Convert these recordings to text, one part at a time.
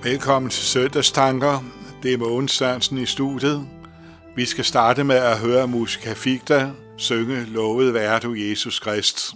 Velkommen til Søndagstanker. Det er Mogens Sørensen i studiet. Vi skal starte med at høre Musica Ficta synge Lovet være du Jesus Krist.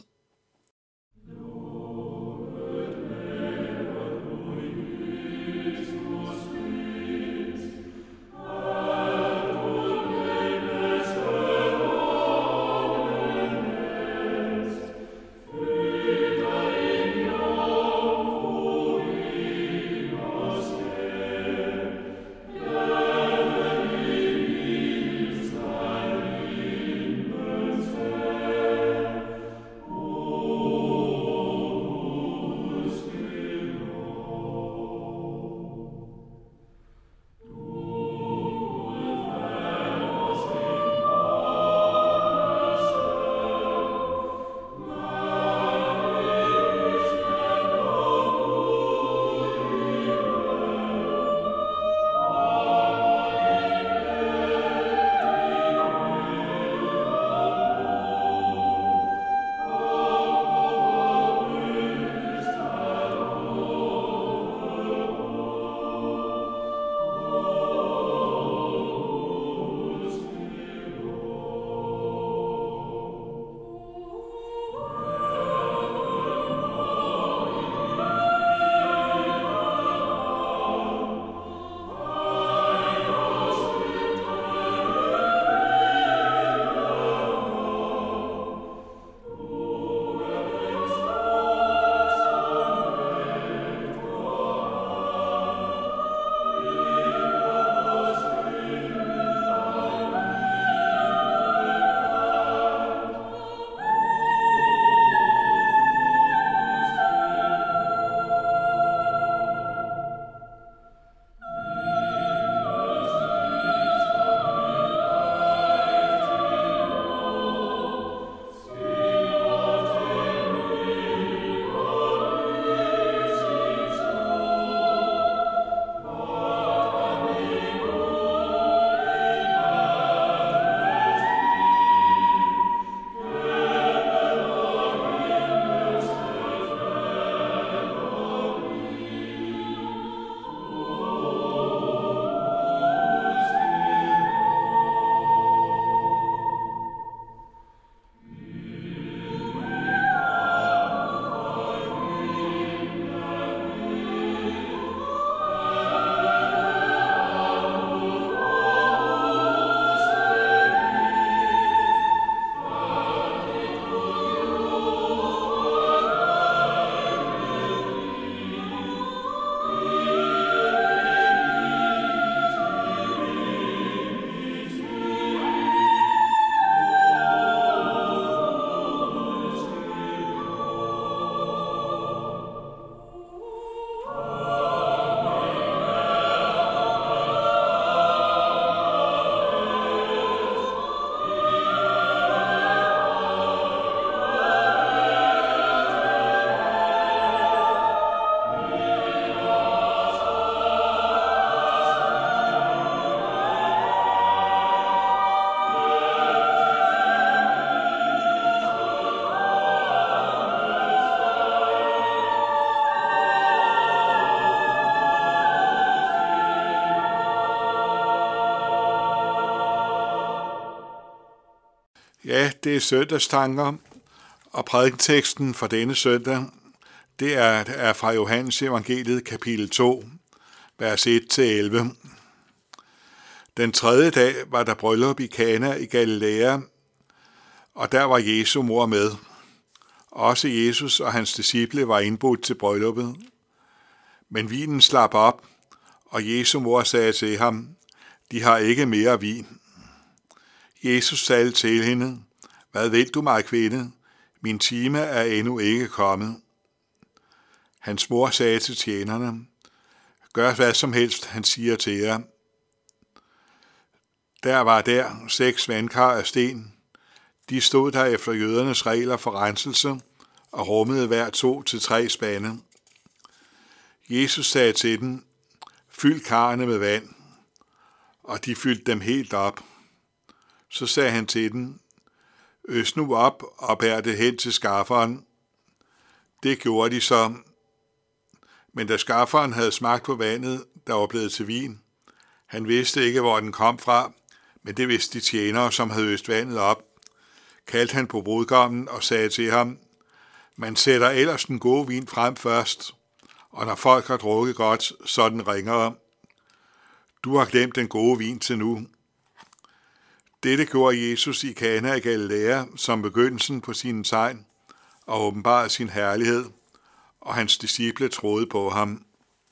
Ja, det er søndagstanker, og prædikenteksten for denne søndag, det er fra Johannes Evangeliet kapitel 2, vers 1-11. Den tredje dag var der bryllup i Kana i Galilea, og der var Jesu mor med. Også Jesus og hans disciple var indbudt til brylluppet. Men vinen slap op, og Jesu mor sagde til ham, de har ikke mere vin. Jesus sagde til hende, hvad vil du mig, kvinde? Min time er endnu ikke kommet. Hans mor sagde til tjenerne, gør hvad som helst, han siger til jer. Der var 6 vandkar af sten. De stod der efter jødernes regler for renselse og rummede hver 2 til 3 spande. Jesus sagde til dem, fyld karrene med vand, og de fyldte dem helt op. Så sagde han til dem, øs nu op og bær det hen til skafferen. Det gjorde de så. Men da skafferen havde smagt på vandet, der var blevet til vin, han vidste ikke, hvor den kom fra, men det vidste de tjenere, som havde øst vandet op, kaldte han på brudgommen og sagde til ham, man sætter ellers den gode vin frem først, og når folk har drukket godt, så er den ringere. Du har glemt den gode vin til nu. Dette gjorde Jesus i Kana i Galilea som begyndelsen på sine tegn og åbenbarede sin herlighed, og hans disciple troede på ham.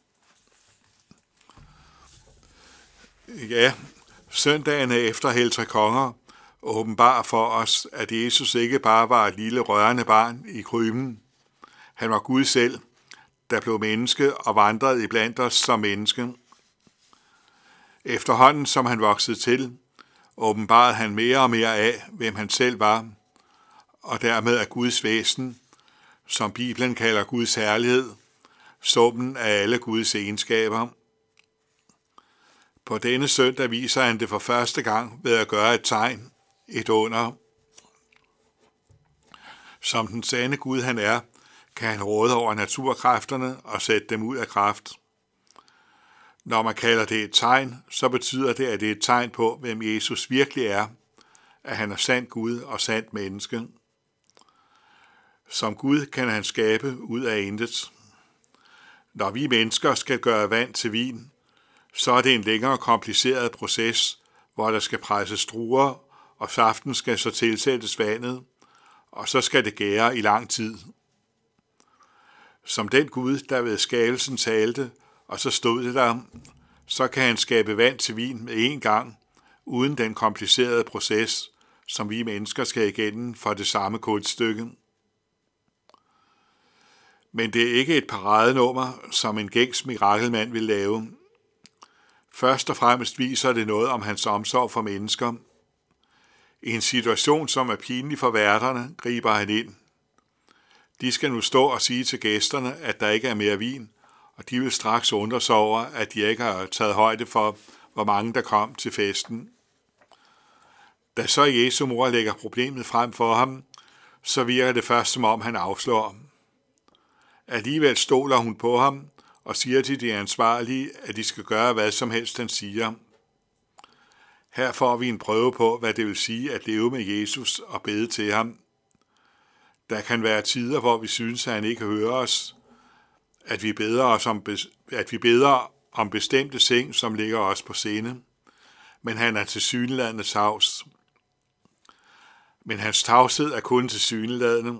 Ja, søndagen efter Heltre Konger åbenbarer for os, at Jesus ikke bare var et lille rørende barn i krybben. Han var Gud selv, der blev menneske og vandrede iblandt os som menneske. Efterhånden som han voksede til, åbenbarede han mere og mere af, hvem han selv var, og dermed af Guds væsen, som Bibelen kalder Guds herlighed, summen af alle Guds egenskaber. På denne søndag viser han det for første gang ved at gøre et tegn, et under. Som den sande Gud han er, kan han råde over naturkræfterne og sætte dem ud af kraft. Når man kalder det et tegn, så betyder det, at det er et tegn på, hvem Jesus virkelig er, at han er sand Gud og sandt menneske. Som Gud kan han skabe ud af intet. Når vi mennesker skal gøre vand til vin, så er det en længere kompliceret proces, hvor der skal presses druer, og saften skal så tilsættes vandet, og så skal det gære i lang tid. Som den Gud, der ved skabelsen talte, og så stod det der, så kan han skabe vand til vin med én gang, uden den komplicerede proces, som vi mennesker skal igennem for det samme kunststykke. Men det er ikke et paradenummer, som en gængs mirakelmand vil lave. Først og fremmest viser det noget om hans omsorg for mennesker. I en situation, som er pinlig for værterne, griber han ind. De skal nu stå og sige til gæsterne, at der ikke er mere vin, og de vil straks undre sig over, at de ikke har taget højde for, hvor mange der kom til festen. Da så Jesu mor lægger problemet frem for ham, så virker det først som om han afslår. Alligevel stoler hun på ham og siger til de ansvarlige, at de skal gøre hvad som helst han siger. Her får vi en prøve på, hvad det vil sige at leve med Jesus og bede til ham. Der kan være tider, hvor vi synes, at han ikke hører os, at vi beder om bestemte ting, som ligger os på sinde, men han er tilsyneladende tavs. Men hans tavshed er kun tilsyneladende.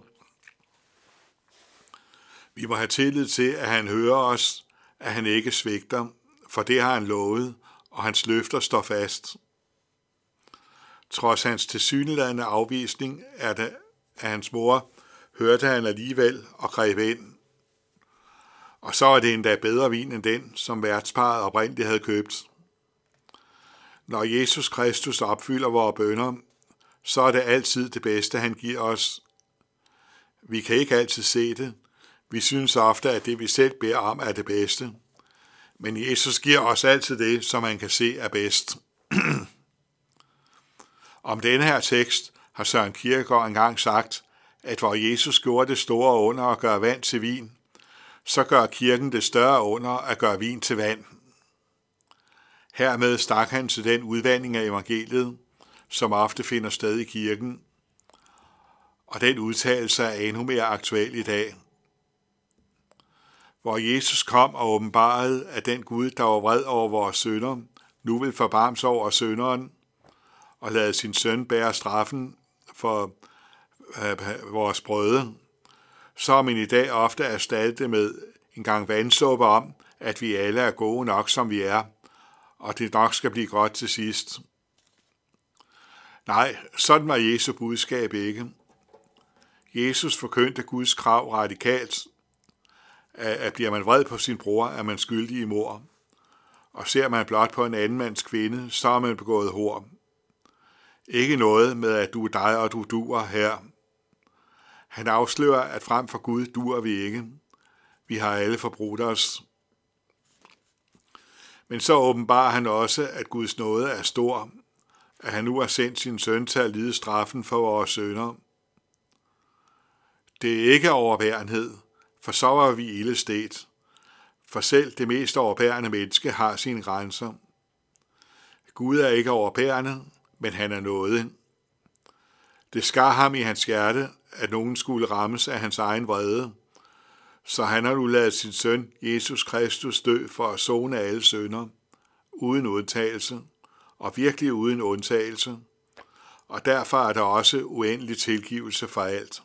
Vi må have tillid til, at han hører os, at han ikke svigter, for det har han lovet, og hans løfter står fast. Trods hans tilsyneladende afvisning af hans mor, hørte han alligevel og greb ind. Og så er det endda bedre vin end den, som værtsparret oprindeligt havde købt. Når Jesus Kristus opfylder vores bønner, så er det altid det bedste, han giver os. Vi kan ikke altid se det. Vi synes ofte, at det, vi selv beder om, er det bedste. Men Jesus giver os altid det, som man kan se er bedst. Om denne her tekst har Søren Kierkegaard engang sagt, at hvor Jesus gjorde det store under at gøre vand til vin, så gør kirken det større under at gøre vin til vand. Hermed stak han til den udvandring af evangeliet, som ofte finder sted i kirken, og den udtalelse er endnu mere aktuel i dag. Hvor Jesus kom og åbenbarede, at den Gud, der var vred over vores synder, nu vil forbarme sig over synderen og lade sin søn bære straffen for vores brøde, så er man i dag ofte erstattet med en gang vandsuppe om, at vi alle er gode nok, som vi er, og det nok skal blive godt til sidst. Nej, sådan var Jesu budskab ikke. Jesus forkyndte Guds krav radikalt, at bliver man vred på sin bror, er man skyldig i mord. Og ser man blot på en anden mands kvinde, så er man begået hor. Ikke noget med, at du er dig, og du duer her. Han afslører, at frem for Gud duer vi ikke. Vi har alle forbrudt os. Men så åbenbarer han også, at Guds nåde er stor, at han nu har sendt sin søn til at lide straffen for vores synder. Det er ikke overbærenhed, for så var vi ildestedt. For selv det mest overbærende menneske har sine grænser. Gud er ikke overbærende, men han er nådig. Det skar ham i hans hjerte, at nogen skulle rammes af hans egen vrede, så han har nu ladet sin søn, Jesus Kristus, dø for at sone alle synder, uden undtagelse, og virkelig uden undtagelse, og derfor er der også uendelig tilgivelse for alt.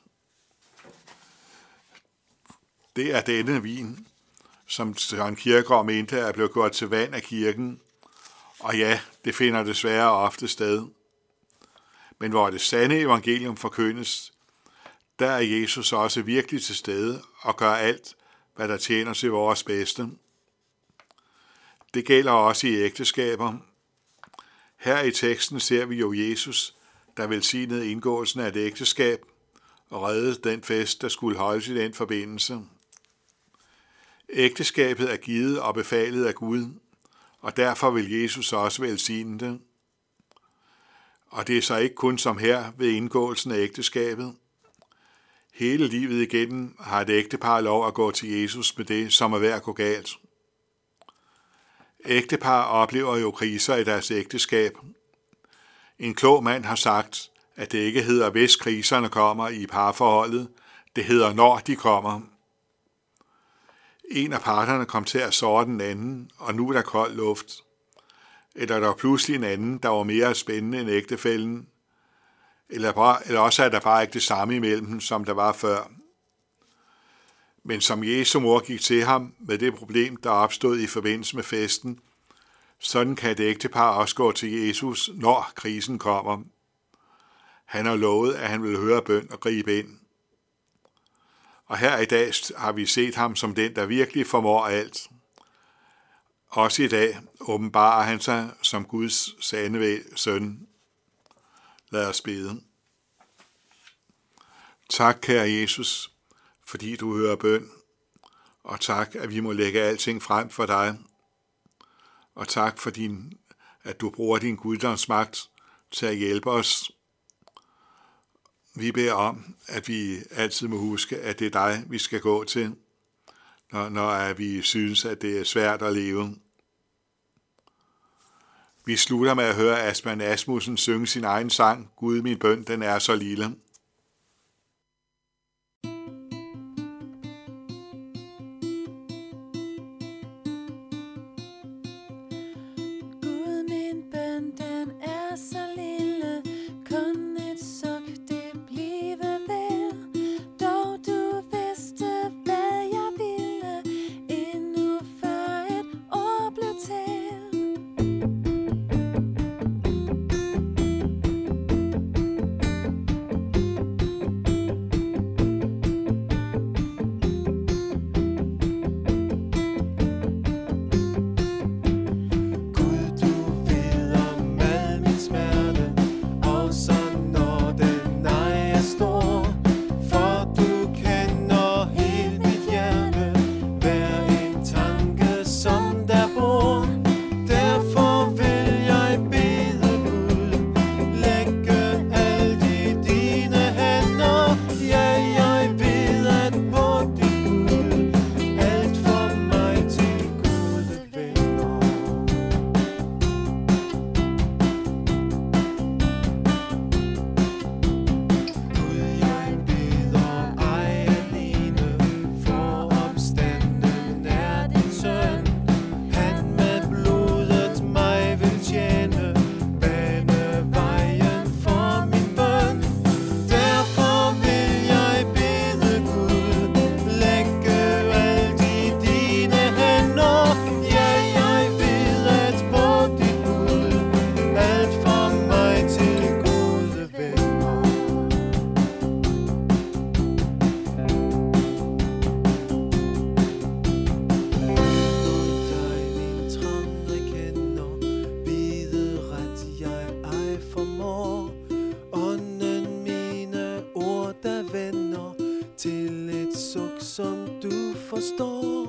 Det er denne vin, som Søren Kierkegaard mente er blevet gjort til vand af kirken, og ja, det finder desværre ofte sted. Men hvor det sande evangelium forkyndes, der er Jesus også virkelig til stede og gør alt, hvad der tjener til vores bedste. Det gælder også i ægteskaber. Her i teksten ser vi jo Jesus, der velsignede indgåelsen af et ægteskab og reddede den fest, der skulle holdes i den forbindelse. Ægteskabet er givet og befalet af Gud, og derfor vil Jesus også velsigne det. Og det er så ikke kun som her ved indgåelsen af ægteskabet. Hele livet igennem har et ægtepar lov at gå til Jesus med det, som er ved at gå galt. Ægtepar oplever jo kriser i deres ægteskab. En klog mand har sagt, at det ikke hedder, hvis kriserne kommer i parforholdet, det hedder, når de kommer. En af parterne kom til at såre den anden, og nu er der kold luft. Eller der var pludselig en anden, der var mere spændende end ægtefælden. Eller også er der bare ikke det samme imellem dem, som der var før. Men som Jesu mor gik til ham med det problem, der opstod i forbindelse med festen, sådan kan et ægtepar også gå til Jesus, når krisen kommer. Han har lovet, at han vil høre bøn og gribe ind. Og her i dag har vi set ham som den, der virkelig formår alt. Også i dag åbenbarer han sig som Guds sande søn. Lad os bede. Tak, kære Jesus, fordi du hører bøn, og tak, at vi må lægge alting frem for dig. Og tak for at du bruger din guddomsmagt til at hjælpe os. Vi beder om, at vi altid må huske, at det er dig, vi skal gå til, når vi synes, at det er svært at leve. Vi slutter med at høre Asbjørn Asmussen synge sin egen sang, Gud, min bøn, den er så lille. Gud, min bøn, den er så lille, kun et suk, det blive vel. Dog du vidste, hvad jeg ville, endnu før et år blev til. Til et suk, som du forstår.